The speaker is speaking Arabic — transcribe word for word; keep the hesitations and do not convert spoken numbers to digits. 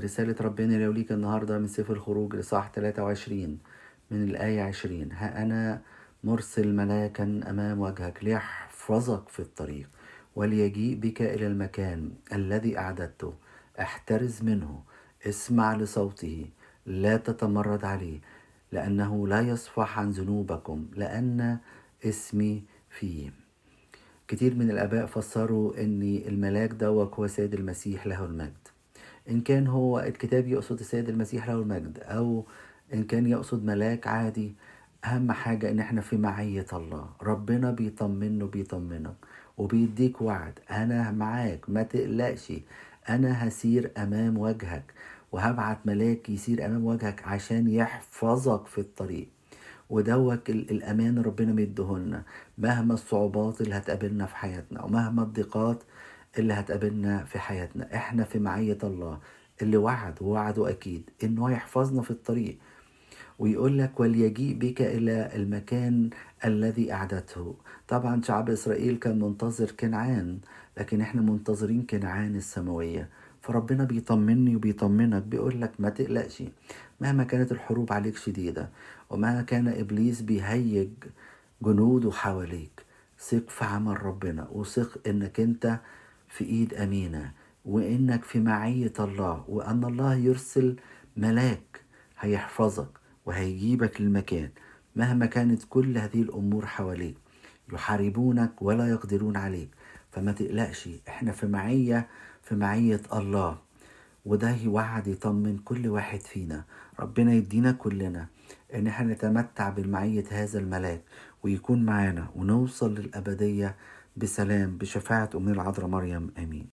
رسالة ربنا ليوليك النهاردة من سفر الخروج لصح ثلاثة وعشرين من الآية عشرين. ها أنا مرسل ملاكا أمام وجهك ليحفظك في الطريق وليجيء بك إلى المكان الذي أعددته. احترز منه، اسمع لصوته، لا تتمرد عليه، لأنه لا يصفح عن ذنوبكم لأن اسمي فيه. كتير من الآباء فسروا أن الملاك دوت هو سيد المسيح له المجد. إن كان هو الكتاب يقصد السيد المسيح له المجد أو إن كان يقصد ملاك عادي، أهم حاجة إن إحنا في معية الله. ربنا بيطمنه بيطمنك وبيديك وعد، أنا معاك ما تقلقش، أنا هسير أمام وجهك وهبعت ملاك يسير أمام وجهك عشان يحفظك في الطريق. ودوك الأمان ربنا مديهولنا مهما الصعوبات اللي هتقابلنا في حياتنا ومهما الضيقات اللي هتقابلنا في حياتنا. احنا في معية الله اللي وعد ووعده أكيد إنه يحفظنا في الطريق. ويقول لك وليجيء بك إلى المكان الذي أعدته. طبعا شعب إسرائيل كان منتظر كنعان، لكن احنا منتظرين كنعان السماوية. فربنا بيطمني وبيطمنك بيقول لك ما تقلقش مهما كانت الحروب عليك شديدة ومهما كان إبليس بيهيج جنوده حواليك. ثق في عمل ربنا وثق إنك أنت في إيد أمينة وإنك في معية الله، وأن الله يرسل ملاك هيحفظك وهيجيبك للمكان مهما كانت كل هذه الأمور حواليك يحاربونك ولا يقدرون عليك. فما تقلقش، احنا في معية في معية الله، وده وعد يطمن كل واحد فينا. ربنا يدينا كلنا ان احنا نتمتع بالمعية هذا الملاك ويكون معانا ونوصل للأبدية بسلام بشفاعة أمنا العذراء مريم. آمين.